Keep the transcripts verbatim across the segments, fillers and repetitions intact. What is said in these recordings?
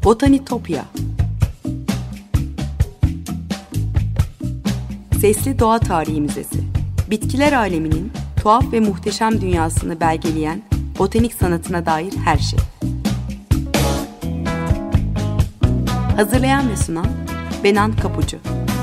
Botanitopya. Sesli Doğa Tarihi Müzesi. Bitkiler aleminin tuhaf ve muhteşem dünyasını belgeleyen botanik sanatına dair her şey. Hazırlayan ve sunan Benan Kapucu.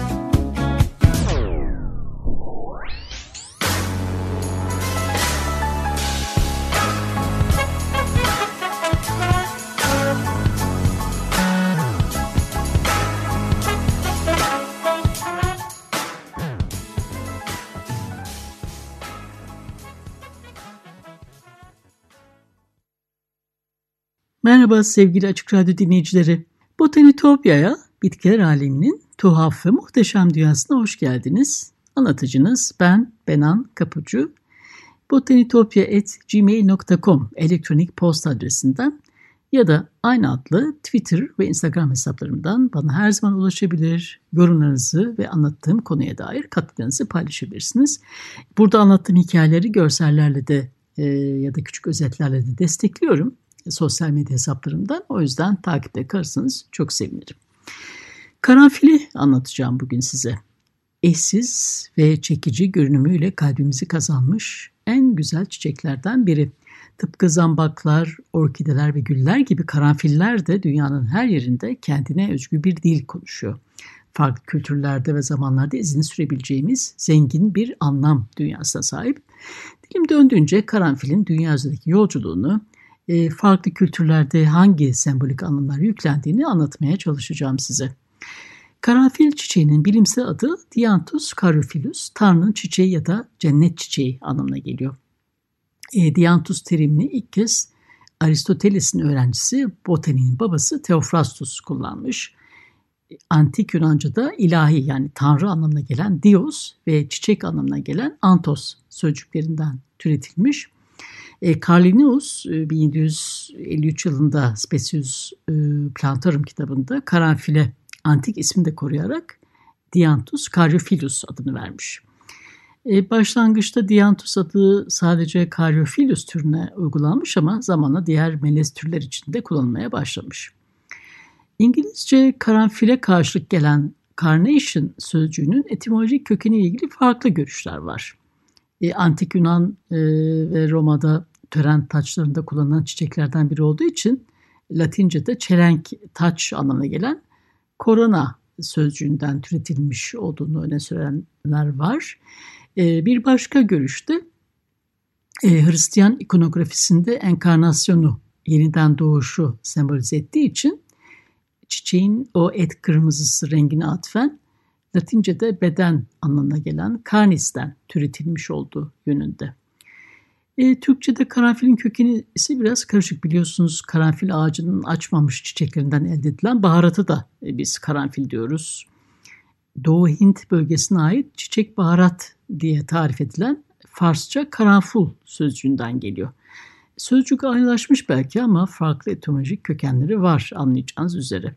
Merhaba sevgili Açık Radyo dinleyicileri. Botanitopya'ya, bitkiler aleminin tuhaf ve muhteşem dünyasına hoş geldiniz. Anlatıcınız ben Benan Kapucu. botanitopya at gmail nokta com elektronik posta adresinden ya da aynı adlı Twitter ve Instagram hesaplarımdan bana her zaman ulaşabilir. Yorumlarınızı ve anlattığım konuya dair katkılarınızı paylaşabilirsiniz. Burada anlattığım hikayeleri görsellerle de e, ya da küçük özetlerle de destekliyorum sosyal medya hesaplarımdan. O yüzden takipte kalırsanız çok sevinirim. Karanfili anlatacağım bugün size. Eşsiz ve çekici görünümüyle kalbimizi kazanmış en güzel çiçeklerden biri. Tıpkı zambaklar, orkideler ve güller gibi karanfiller de dünyanın her yerinde kendine özgü bir dil konuşuyor. Farklı kültürlerde ve zamanlarda izini sürebileceğimiz zengin bir anlam dünyasına sahip. Dilim döndüğünce karanfilin dünya üzerindeki yolculuğunu, farklı kültürlerde hangi sembolik anlamlar yüklendiğini anlatmaya çalışacağım size. Karanfil çiçeğinin bilimsel adı Dianthus caryophyllus, Tanrı'nın çiçeği ya da cennet çiçeği anlamına geliyor. E, Dianthus terimini ilk kez Aristoteles'in öğrencisi, botaniğin babası Theophrastus kullanmış. Antik Yunanca'da ilahi yani Tanrı anlamına gelen Dios ve çiçek anlamına gelen Anthos sözcüklerinden türetilmiş. E, Carl Linnaeus bin yedi yüz elli üç yılında Specius e, Plantarum kitabında karanfile antik ismini de koruyarak Dianthus caryophyllus adını vermiş. E, başlangıçta Dianthus adı sadece Caryophyllus türüne uygulanmış ama zamanla diğer melez türler için de kullanılmaya başlamış. İngilizce karanfile karşılık gelen carnation sözcüğünün etimolojik kökeniyle ilgili farklı görüşler var. E, Antik Yunan e, ve Roma'da tören taçlarında kullanılan çiçeklerden biri olduğu için Latince'de çelenk taç anlamına gelen corona sözcüğünden türetilmiş olduğunu öne sürenler var. E, bir başka görüşte e, Hristiyan ikonografisinde enkarnasyonu, yeniden doğuşu sembolize ettiği için çiçeğin o et kırmızısı rengine atfen Latince'de beden anlamına gelen carnis'ten türetilmiş olduğu yönünde. E, Türkçe'de karanfilin kökeni ise biraz karışık. Biliyorsunuz karanfil ağacının açmamış çiçeklerinden elde edilen baharatı da e, biz karanfil diyoruz. Doğu Hint bölgesine ait çiçek baharat diye tarif edilen Farsça karanful sözcüğünden geliyor. Sözcük aynılaşmış belki ama farklı etimolojik kökenleri var anlayacağınız üzere.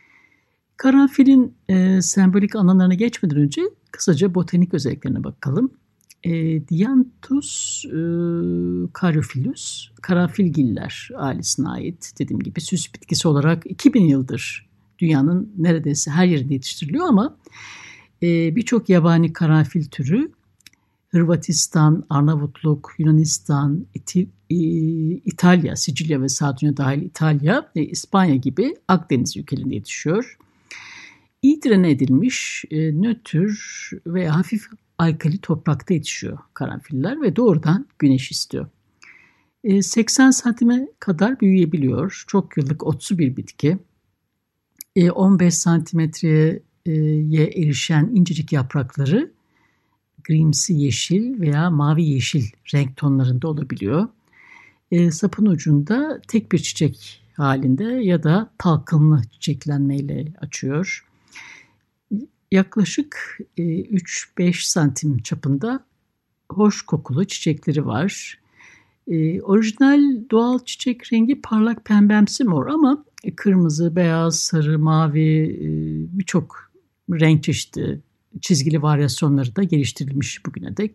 Karanfilin e, sembolik anlamlarına geçmeden önce kısaca botanik özelliklerine bakalım. E, Dianthus e, caryophyllus, karanfilgiller ailesine ait dediğim gibi süs bitkisi olarak iki bin yıldır dünyanın neredeyse her yerinde yetiştiriliyor ama e, birçok yabani karanfil türü Hırvatistan, Arnavutluk, Yunanistan, İti, e, İtalya, Sicilya ve Sardunya dahil İtalya ve İspanya gibi Akdeniz ülkelerinde yetişiyor. İyi direne edilmiş, e, nötr veya hafif alkali toprakta yetişiyor karanfiller ve doğrudan güneş istiyor. E, seksen santime kadar büyüyebiliyor. Çok yıllık otsu bir bitki. E, on beş santimetreye erişen incecik yaprakları grimsi yeşil veya mavi yeşil renk tonlarında olabiliyor. E, sapın ucunda tek bir çiçek halinde ya da talkımlı çiçeklenmeyle açıyor. Yaklaşık e, üç beş santim çapında hoş kokulu çiçekleri var. E, orijinal doğal çiçek rengi parlak pembemsi mor ama kırmızı, beyaz, sarı, mavi e, birçok renk çeşidi, çizgili varyasyonları da geliştirilmiş bugüne dek.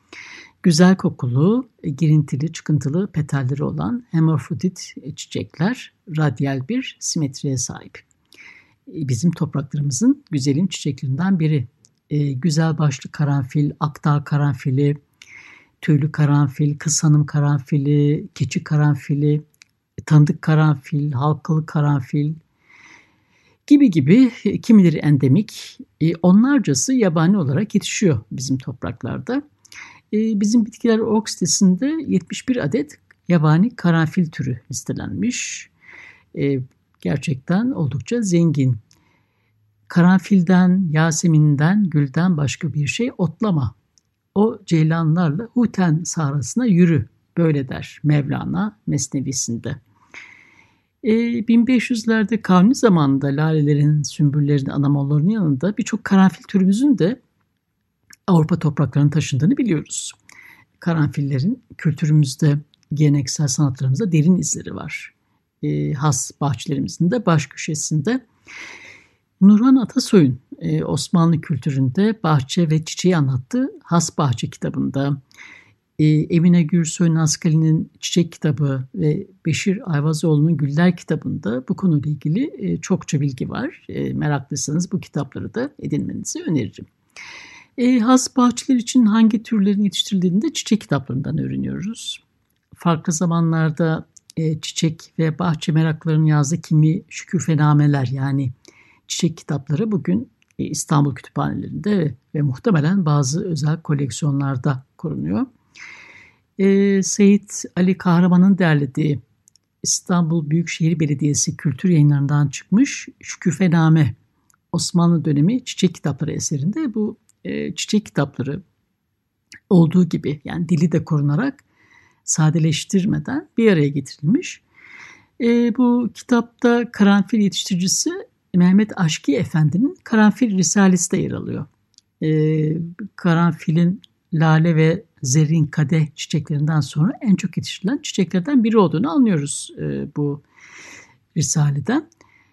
Güzel kokulu, girintili, çıkıntılı petalleri olan hermafrodit çiçekler radyal bir simetriye sahip. Bizim topraklarımızın güzelim çiçeklerinden biri. E, güzel başlı karanfil, akdağ karanfili, tüylü karanfil, kız hanım karanfili, keçi karanfili, tanıdık karanfil, halkalı karanfil gibi gibi kimileri endemik, e, onlarcası yabani olarak yetişiyor bizim topraklarda. E, bizim bitkiler org sitesinde yetmiş bir adet yabani karanfil türü listelenmiş. E, gerçekten oldukça zengin. Karanfilden, yaseminden, gülden başka bir şey otlama. O ceylanlarla Huten sahrasına yürü. Böyle der Mevlana Mesnevisinde. E, bin beş yüzlerde Kanuni zamanında lalelerin, sümbüllerin, anamolların yanında birçok karanfil türümüzün de Avrupa topraklarına taşındığını biliyoruz. Karanfillerin kültürümüzde, geleneksel sanatlarımızda derin izleri var. E, has bahçelerimizin de baş köşesinde. Nurhan Atasoy'un e, Osmanlı kültüründe bahçe ve çiçeği anlattığı Has Bahçe kitabında, e, Emine Gürsoy Nazkali'nin Çiçek kitabı ve Beşir Ayvazoğlu'nun Güller kitabında bu konuyla ilgili e, çokça bilgi var. E, meraklıysanız bu kitapları da edinmenizi öneririm. E, has bahçeler için hangi türlerin yetiştirildiğini de çiçek kitaplarından öğreniyoruz. Farklı zamanlarda e, çiçek ve bahçe meraklarının yazdığı kimi şükufenameler, yani çiçek kitapları bugün e, İstanbul kütüphanelerinde ve muhtemelen bazı özel koleksiyonlarda korunuyor. E, Seyit Ali Kahraman'ın derlediği İstanbul Büyükşehir Belediyesi Kültür Yayınları'ndan çıkmış Şükufename, Osmanlı dönemi çiçek kitapları eserinde bu e, çiçek kitapları olduğu gibi, yani dili de korunarak sadeleştirmeden bir araya getirilmiş. E, bu kitapta karanfil yetiştiricisi Mehmet Aşki Efendi'nin Karanfil Risalesi de yer alıyor. E, karanfilin lale ve zerrin kadeh çiçeklerinden sonra en çok yetiştirilen çiçeklerden biri olduğunu anlıyoruz e, bu risaleden.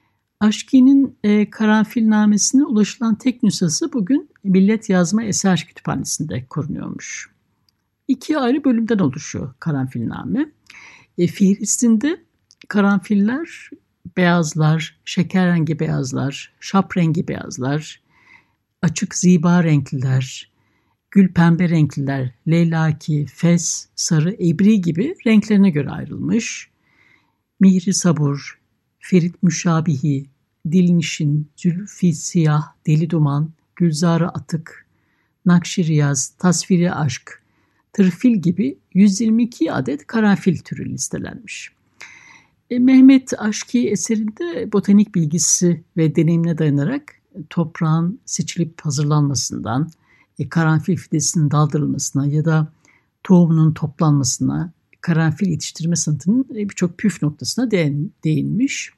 Aşki'nin e, Karanfilnamesi'ne ulaşılan tek nüshası bugün Millet Yazma Eser Kütüphanesi'nde korunuyormuş. İki ayrı bölümden oluşuyor Karanfilname. E, Fihristinde karanfiller, beyazlar, şeker rengi beyazlar, şap rengi beyazlar, açık ziba renkliler, gül pembe renkliler, leylaki, fes, sarı, ebri gibi renklerine göre ayrılmış. Mihri sabur, ferit müşabihi, dilnişin, zülfi siyah, deli duman, gülzarı atık, nakşi riyaz, tasviri aşk, tırfil gibi yüz yirmi iki adet karanfil türü listelenmiş. E, Mehmet Aşki eserinde botanik bilgisi ve deneyimine dayanarak toprağın seçilip hazırlanmasından, e, karanfil fidesinin daldırılmasına ya da tohumunun toplanmasına, karanfil yetiştirme sanatının e, birçok püf noktasına değin, değinmiş.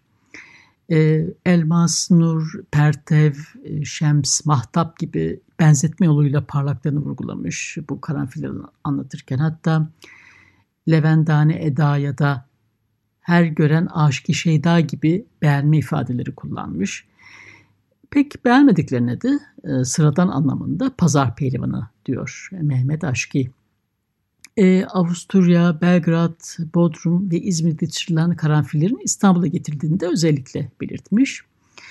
E, elmas, nur, pertev, e, şems, mahtap gibi benzetme yoluyla parlaklığını vurgulamış bu karanfilleri anlatırken. Hatta levendane eda ya da her gören aşk-ı şeyda gibi beğenme ifadeleri kullanmış. Pek beğenmediklerine de e, sıradan anlamında pazar pehlivanı diyor Mehmet Aşki. E, Avusturya, Belgrad, Bodrum ve İzmir'de yetiştirilen karanfillerin İstanbul'a getirildiğini de özellikle belirtmiş.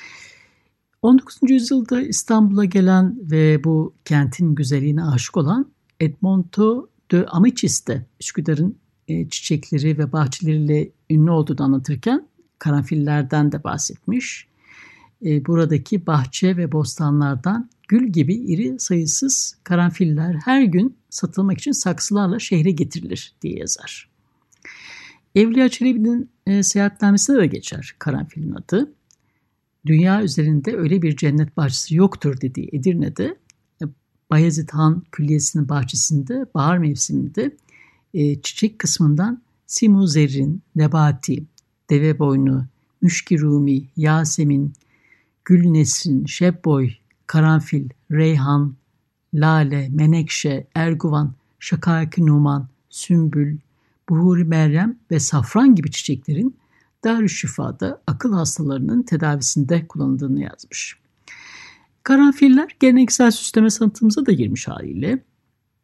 on dokuzuncu yüzyılda İstanbul'a gelen ve bu kentin güzelliğine aşık olan Edmondo de Amicis de Üsküdar'ın e, çiçekleri ve bahçeleriyle ünlü olduğunu anlatırken karanfillerden de bahsetmiş. E, buradaki bahçe ve bostanlardan gül gibi iri sayısız karanfiller her gün satılmak için saksılarla şehre getirilir diye yazar. Evliya Çelebi'nin e, seyahatnamesinde de geçer karanfilin adı. Dünya üzerinde öyle bir cennet bahçesi yoktur dediği Edirne'de e, Bayezid Han Külliyesi'nin bahçesinde bahar mevsiminde e, çiçek kısmından simu zerrin, nebati, deve boynu, müşki rumi, yasemin, gül nesrin, şebboy, karanfil, reyhan, lale, menekşe, erguvan, şakaki numan, sümbül, buhuri meryem ve safran gibi çiçeklerin Darüşşifa'da akıl hastalarının tedavisinde kullanıldığını yazmış. Karanfiller geleneksel süsleme sanatımıza da girmiş haliyle.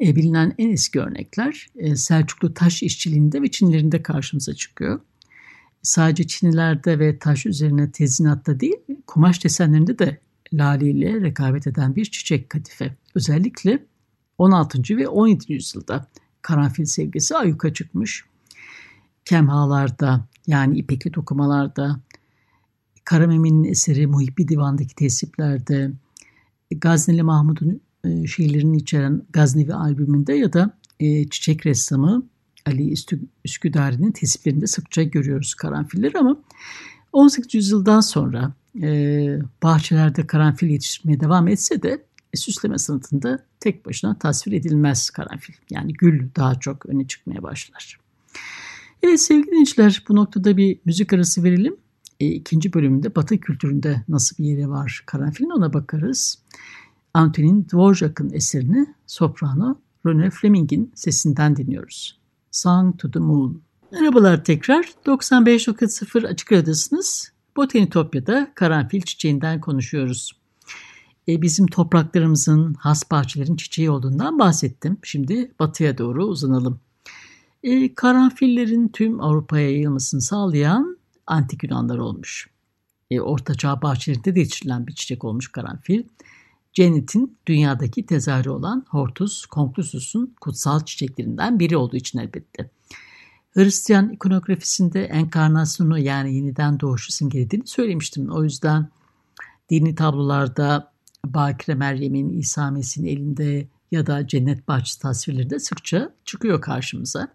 E, bilinen en eski örnekler e, Selçuklu taş işçiliğinde ve Çinilerinde karşımıza çıkıyor. Sadece Çinilerde ve taş üzerine tezinatta değil, kumaş desenlerinde de lale ile rekabet eden bir çiçek kadife. Özellikle on altıncı ve on yedinci yüzyılda karanfil sevgisi ayyuka çıkmış. Kemhalarda, yani ipekli dokumalarda, Karamemi'nin eseri Muhibbi Divan'daki tesiplerde, Gazneli Mahmud'un e, şiirlerini içeren Gaznevi albümünde ya da e, çiçek ressamı Ali Üsküdari'nin tesiplerinde sıkça görüyoruz karanfilleri, ama on sekizinci yüzyıldan sonra e, bahçelerde karanfil yetiştirmeye devam etse de e, süsleme sanatında tek başına tasvir edilmez karanfil. Yani gül daha çok öne çıkmaya başlar. Evet sevgili dinleyiciler, bu noktada bir müzik arası verelim. E, ikinci bölümünde Batı kültüründe nasıl bir yeri var karanfilin, ona bakarız. Antonin Dvorak'ın eserini soprano Rene Fleming'in sesinden dinliyoruz. Song to the Moon. Merhabalar tekrar. doksan beş nokta sıfır Açık Radyo'dasınız. Botanitopya'da karanfil çiçeğinden konuşuyoruz. E, bizim topraklarımızın, has bahçelerin çiçeği olduğundan bahsettim. Şimdi batıya doğru uzanalım. E, karanfillerin tüm Avrupa'ya yayılmasını sağlayan antik Yunanlar olmuş. E, Orta Çağ bahçelerinde de yetiştirilen bir çiçek olmuş karanfil. Cennetin dünyadaki tezahürü olan Hortus conclusus'un kutsal çiçeklerinden biri olduğu için elbette. Hristiyan ikonografisinde enkarnasyonu, yani yeniden doğuşu simgelediğini söylemiştim. O yüzden dini tablolarda Bakire Meryem'in İsa Mesih'in elinde ya da cennet bahçesi tasvirleri de sıkça çıkıyor karşımıza.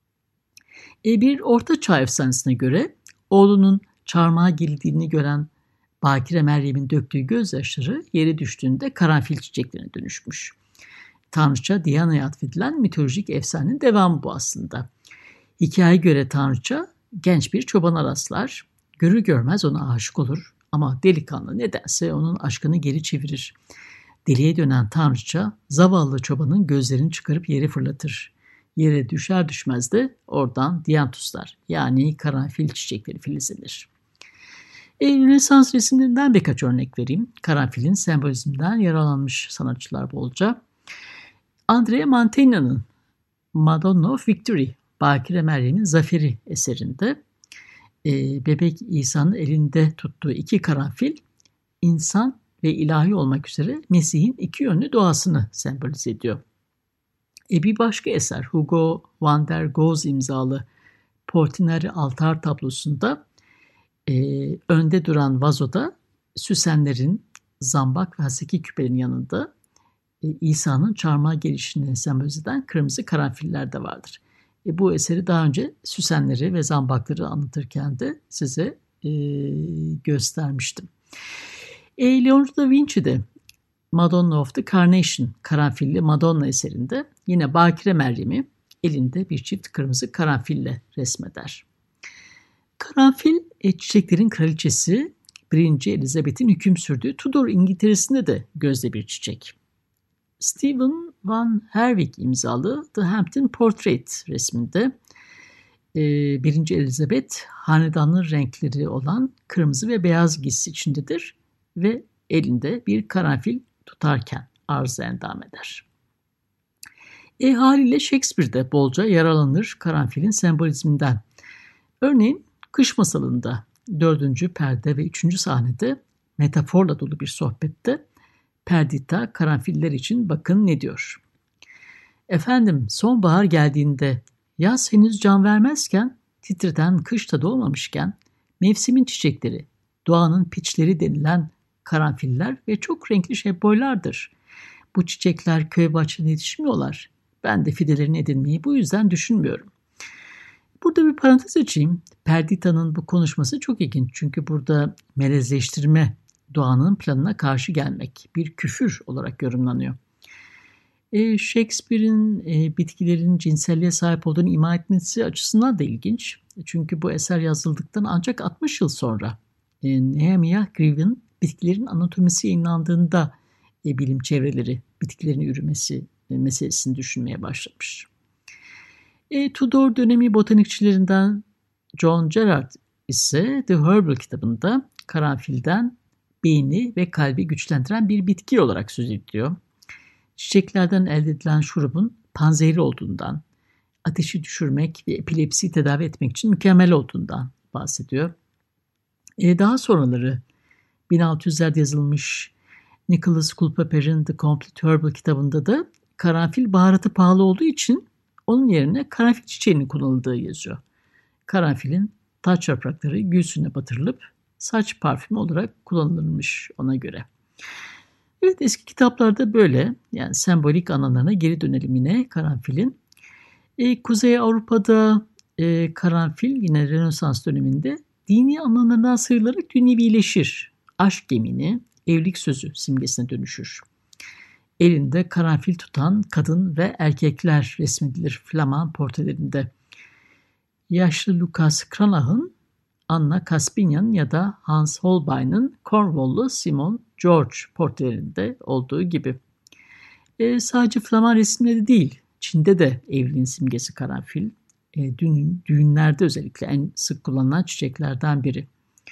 E bir Orta Çağ efsanesine göre oğlunun çarmıha girildiğini gören Bakire Meryem'in döktüğü gözyaşları yere düştüğünde karanfil çiçeklerine dönüşmüş. Tanrıça Diana'ya atfedilen mitolojik efsanenin devamı bu aslında. Hikayeye göre Tanrıça genç bir çobana rastlar, görür görmez ona aşık olur ama delikanlı nedense onun aşkını geri çevirir. Deliye dönen Tanrıça zavallı çobanın gözlerini çıkarıp yere fırlatır. Yere düşer düşmez de oradan dianthuslar, yani karanfil çiçekleri filizlenir. E, Rönesans resimlerinden birkaç örnek vereyim. Karanfilin sembolizminden yararlanmış sanatçılar bolca. Andrea Mantegna'nın Madonna of Victory, Bakire Meryem'in Zaferi eserinde e, bebek İsa'nın elinde tuttuğu iki karanfil, insan ve ilahi olmak üzere Mesih'in iki yönlü doğasını sembolize ediyor. E, bir başka eser Hugo van der Goes imzalı Portinari altar tablosunda e, önde duran vazoda süsenlerin, zambak ve haseki küpelerin yanında e, İsa'nın çarmıha gelişini sembolize eden kırmızı karanfiller de vardır. E, bu eseri daha önce süsenleri ve zambakları anlatırken de size e, göstermiştim. E, Leonardo da Vinci de Madonna of the Carnation, karanfilli Madonna eserinde yine Bakire Meryem'i elinde bir çift kırmızı karanfille resmeder. Karanfil e, çiçeklerin kraliçesi birinci Elizabeth'in hüküm sürdüğü Tudor İngiltere'sinde de gözde bir çiçek. Stephen Van Herwijk imzalı The Hampton Portrait resminde e, birinci Elizabeth hanedanlı renkleri olan kırmızı ve beyaz giysi içindedir ve elinde bir karanfil tutarken arz endam eder. E haliyle Shakespeare'de bolca yararlanır karanfilin sembolizminden. Örneğin Kış Masalı'nda dördüncü perde ve üçüncü sahnede metaforla dolu bir sohbette Perdita karanfiller için bakın ne diyor. Efendim, sonbahar geldiğinde yaz henüz can vermezken, titreden kış da doğmamışken mevsimin çiçekleri, doğanın piçleri denilen karanfiller ve çok renkli şebboylardır. Bu çiçekler köy bahçede yetişmiyorlar. Ben de fidelerini edinmeyi bu yüzden düşünmüyorum. Burada bir parantez açayım. Perdita'nın bu konuşması çok ilginç. Çünkü burada melezleştirme, doğanın planına karşı gelmek bir küfür olarak yorumlanıyor. E, Shakespeare'in e, bitkilerin cinselliğe sahip olduğunu ima etmesi açısından da ilginç. Çünkü bu eser yazıldıktan ancak altmış yıl sonra e, Nehemiah Greave'in bitkilerin anatomisi yayınlandığında e, bilim çevreleri bitkilerin üremesi e, meselesini düşünmeye başlamış. E, Tudor dönemi botanikçilerinden John Gerard ise The Herbal kitabında karanfilden beyni ve kalbi güçlendiren bir bitki olarak söz ediyor. çiçeklerden elde edilen şurubun panzehiri olduğundan, ateşi düşürmek ve epilepsiyi tedavi etmek için mükemmel olduğundan bahsediyor. E, daha sonraları bin altı yüzlerde yazılmış Nicholas Culpeper'in The Complete Herbal kitabında da karanfil baharatı pahalı olduğu için onun yerine karanfil çiçeğinin kullanıldığı yazıyor. Karanfilin taç yaprakları gül suyuna batırılıp saç parfümü olarak kullanılmış ona göre. Evet, eski kitaplarda böyle, yani sembolik anlamlarına geri dönelim yine karanfilin. E, Kuzey Avrupa'da e, karanfil yine Rönesans döneminde dini anlamlarından sıyrılarak dünyevileşir. Aşk gemini, evlilik sözü simgesine dönüşür. Elinde karanfil tutan kadın ve erkekler resmedilir Flaman portrelerinde. Yaşlı Lucas Cranach'ın Anna Caspinian ya da Hans Holbein'in Cornwall'lu Simon George portrelerinde olduğu gibi. E, sadece Flaman resimleri değil, Çin'de de evliliğin simgesi karanfil. E, düğün, düğünlerde özellikle en sık kullanılan çiçeklerden biri.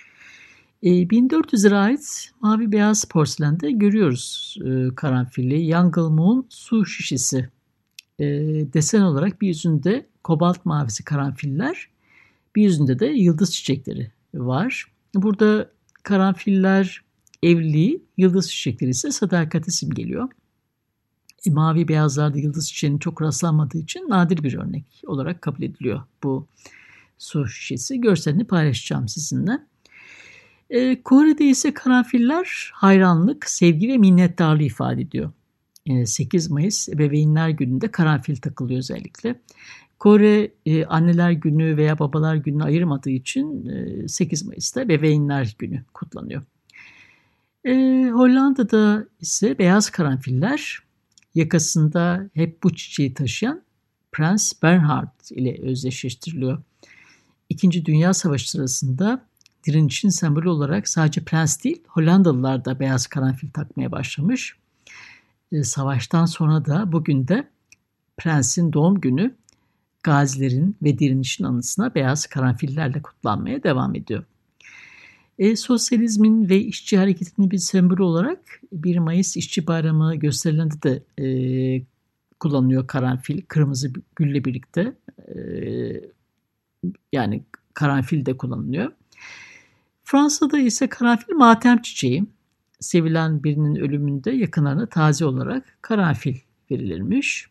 E, bin dört yüzlere ait mavi beyaz porselende görüyoruz e, karanfili. Yangıl Moon su şişesi. E, desen olarak bir yüzünde kobalt mavisi karanfiller, bir yüzünde de yıldız çiçekleri var. Burada karanfiller evliliği, yıldız çiçekleri ise sadakati simgeliyor. E, mavi beyazlarda yıldız çiçeğinin çok rastlanmadığı için nadir bir örnek olarak kabul ediliyor bu su şişesi. Görselini paylaşacağım sizinle. E, Kore'de ise karanfiller hayranlık, sevgi ve minnettarlığı ifade ediyor. E, sekiz Mayıs Ebeveynler Günü'nde karanfil takılıyor özellikle. Kore e, Anneler Günü veya Babalar Günü'nü ayırmadığı için e, sekiz Mayıs'ta Ebeveynler Günü kutlanıyor. E, Hollanda'da ise beyaz karanfiller yakasında hep bu çiçeği taşıyan Prens Bernhard ile özdeşleştiriliyor. İkinci Dünya Savaşı sırasında direnişin sembolü olarak sadece prens değil, Hollandalılar da beyaz karanfil takmaya başlamış. E, savaştan sonra da bugün de prensin doğum günü gazilerin ve direnişin anısına beyaz karanfillerle kutlanmaya devam ediyor. E, sosyalizmin ve işçi hareketinin bir sembolü olarak bir Mayıs İşçi Bayramı gösterilerinde de e, kullanılıyor karanfil, kırmızı gülle birlikte. E, yani karanfil de kullanılıyor. Fransa'da ise karanfil matem çiçeği. Sevilen birinin ölümünde yakınlarına taze olarak karanfil verilirmiş.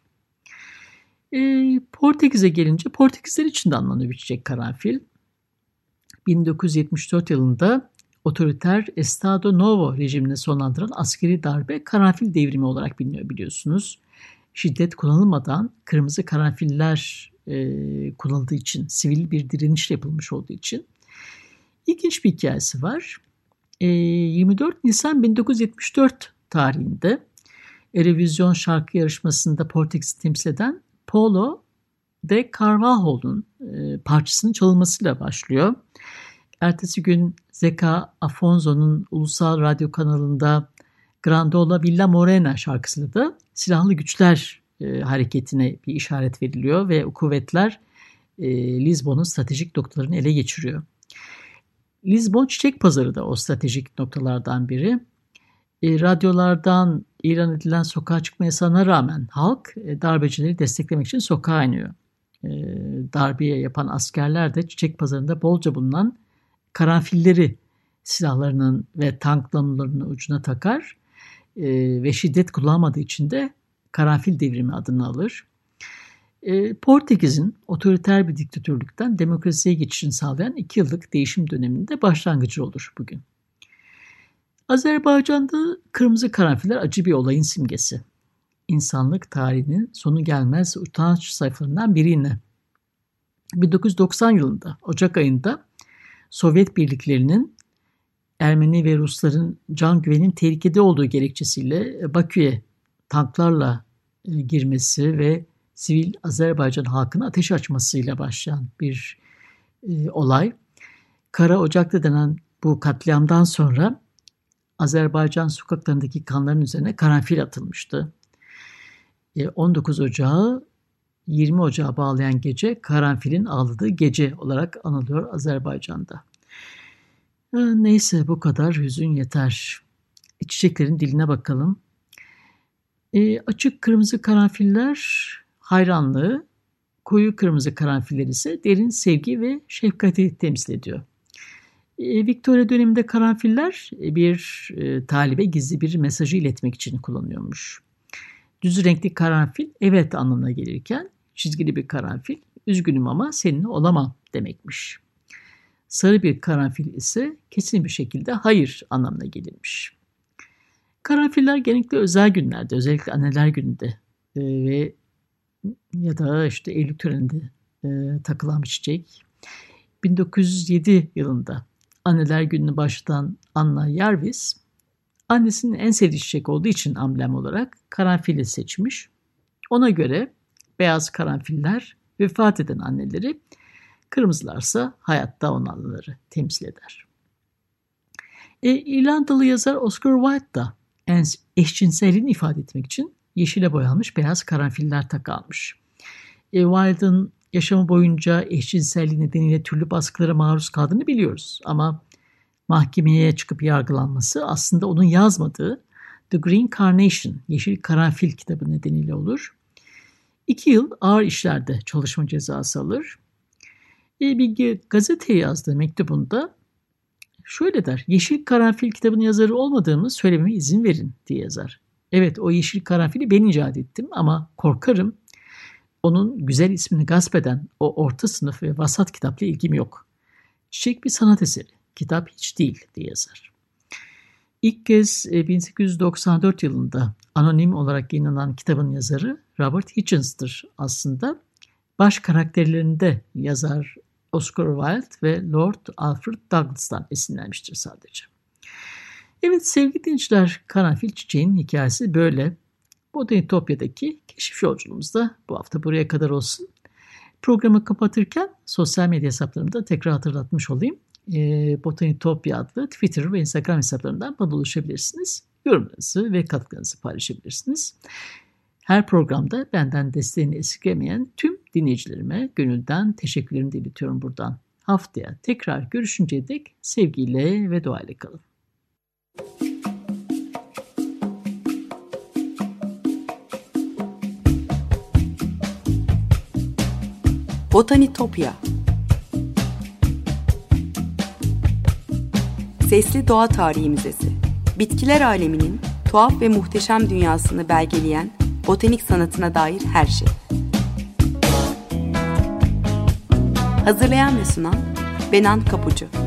E, Portekiz'e gelince Portekizler için de anlamlı bir çiçek karanfil. bin dokuz yüz yetmiş dört yılında otoriter Estado Novo rejimini sonlandıran askeri darbe karanfil devrimi olarak biliniyor biliyorsunuz. Şiddet kullanılmadan kırmızı karanfiller e, kullanıldığı için, sivil bir direnişle yapılmış olduğu için. İlginç bir hikayesi var. E, yirmi dört Nisan bin dokuz yüz yetmiş dört tarihinde Eurovision şarkı yarışmasında Portekiz'i temsil eden Paulo de Carvalho'nun e, parçasının çalınmasıyla başlıyor. Ertesi gün Zeca Afonso'nun ulusal radyo kanalında Grandola Villa Morena şarkısıyla da silahlı güçler e, hareketine bir işaret veriliyor ve o kuvvetler e, Lizbon'un stratejik noktalarını ele geçiriyor. Lizbon çiçek pazarı da o stratejik noktalardan biri. E, radyolardan ilan edilen sokağa çıkma yasağına rağmen halk e, darbecileri desteklemek için sokağa iniyor. E, darbeyi yapan askerler de çiçek pazarında bolca bulunan karanfilleri silahlarının ve tank namlularının ucuna takar e, ve şiddet kullanmadığı için de karanfil devrimi adını alır. E, Portekiz'in otoriter bir diktatörlükten demokrasiye geçişini sağlayan iki yıllık değişim döneminde başlangıcı olur bugün. Azerbaycan'da kırmızı karanfiller acı bir olayın simgesi. İnsanlık tarihinin sonu gelmez utanç sayfalarından biri yine. bin dokuz yüz doksan yılında Ocak ayında Sovyet birliklerinin Ermeni ve Rusların can güveninin tehlikede olduğu gerekçesiyle Bakü'ye tanklarla girmesi ve sivil Azerbaycan halkına ateş açmasıyla başlayan bir e, olay. Kara Ocak'ta denen bu katliamdan sonra Azerbaycan sokaklarındaki kanların üzerine karanfil atılmıştı. E, on dokuz Ocağı yirmi Ocağı bağlayan gece karanfilin ağladığı gece olarak anılıyor Azerbaycan'da. E, neyse bu kadar hüzün yeter. Çiçeklerin diline bakalım. E, açık kırmızı karanfiller hayranlığı, koyu kırmızı karanfiller ise derin sevgi ve şefkati temsil ediyor. E, Victoria döneminde karanfiller bir e, talibe gizli bir mesajı iletmek için kullanılıyormuş. Düz renkli karanfil evet anlamına gelirken çizgili bir karanfil üzgünüm ama seninle olamam demekmiş. Sarı bir karanfil ise kesin bir şekilde hayır anlamına gelirmiş. Karanfiller genellikle özel günlerde, özellikle anneler gününde e, ve ya da işte Eylül töreninde e, takılan bir çiçek. bin dokuz yüz yedi yılında Anneler Günü'nü başlatan Anna Jarvis, annesinin en sevdiği çiçek olduğu için amblem olarak karanfili seçmiş. Ona göre beyaz karanfiller vefat eden anneleri, kırmızılarsa hayatta olanları temsil eder. E, İrlandalı yazar Oscar Wilde da eşcinselliğini ifade etmek için yeşile boyanmış beyaz karanfiller takılmış. E, Wilde'ın yaşamı boyunca eşcinselliği nedeniyle türlü baskılara maruz kaldığını biliyoruz. Ama mahkemeye çıkıp yargılanması aslında onun yazmadığı The Green Carnation, Yeşil Karanfil kitabı nedeniyle olur. İki yıl ağır işlerde çalışma cezası alır. E, bir gazeteye yazdığı mektubunda şöyle der: Yeşil Karanfil kitabının yazarı olmadığımı söylememe izin verin diye yazar. Evet, o yeşil karanfili ben icat ettim ama korkarım onun güzel ismini gasp eden o orta sınıf ve vasat kitapla ilgim yok. Çiçek bir sanat eseri, kitap hiç değil diye yazar. İlk kez bin sekiz yüz doksan dört yılında anonim olarak yayınlanan kitabın yazarı Robert Hitchens'tır aslında. Baş karakterlerinde yazar Oscar Wilde ve Lord Alfred Douglas'tan esinlenmiştir sadece. Evet sevgili dinleyiciler, karanfil çiçeğinin hikayesi böyle. Botanitopya'daki keşif yolculuğumuz da bu hafta buraya kadar olsun. Programı kapatırken sosyal medya hesaplarımı da tekrar hatırlatmış olayım. E, Botanitopya adlı Twitter ve Instagram hesaplarından bana ulaşabilirsiniz. Yorumlarınızı ve katkılarınızı paylaşabilirsiniz. Her programda benden desteğini esirgemeyen tüm dinleyicilerime gönülden teşekkürlerimi de iletiyorum buradan. Haftaya tekrar görüşünceye dek sevgiyle ve duayla kalın. Botanitopya. Sesli Doğa Tarihi Müzesi. Bitkiler aleminin tuhaf ve muhteşem dünyasını belgeleyen botanik sanatına dair her şey. Hazırlayan ve sunan Benan Kapucu.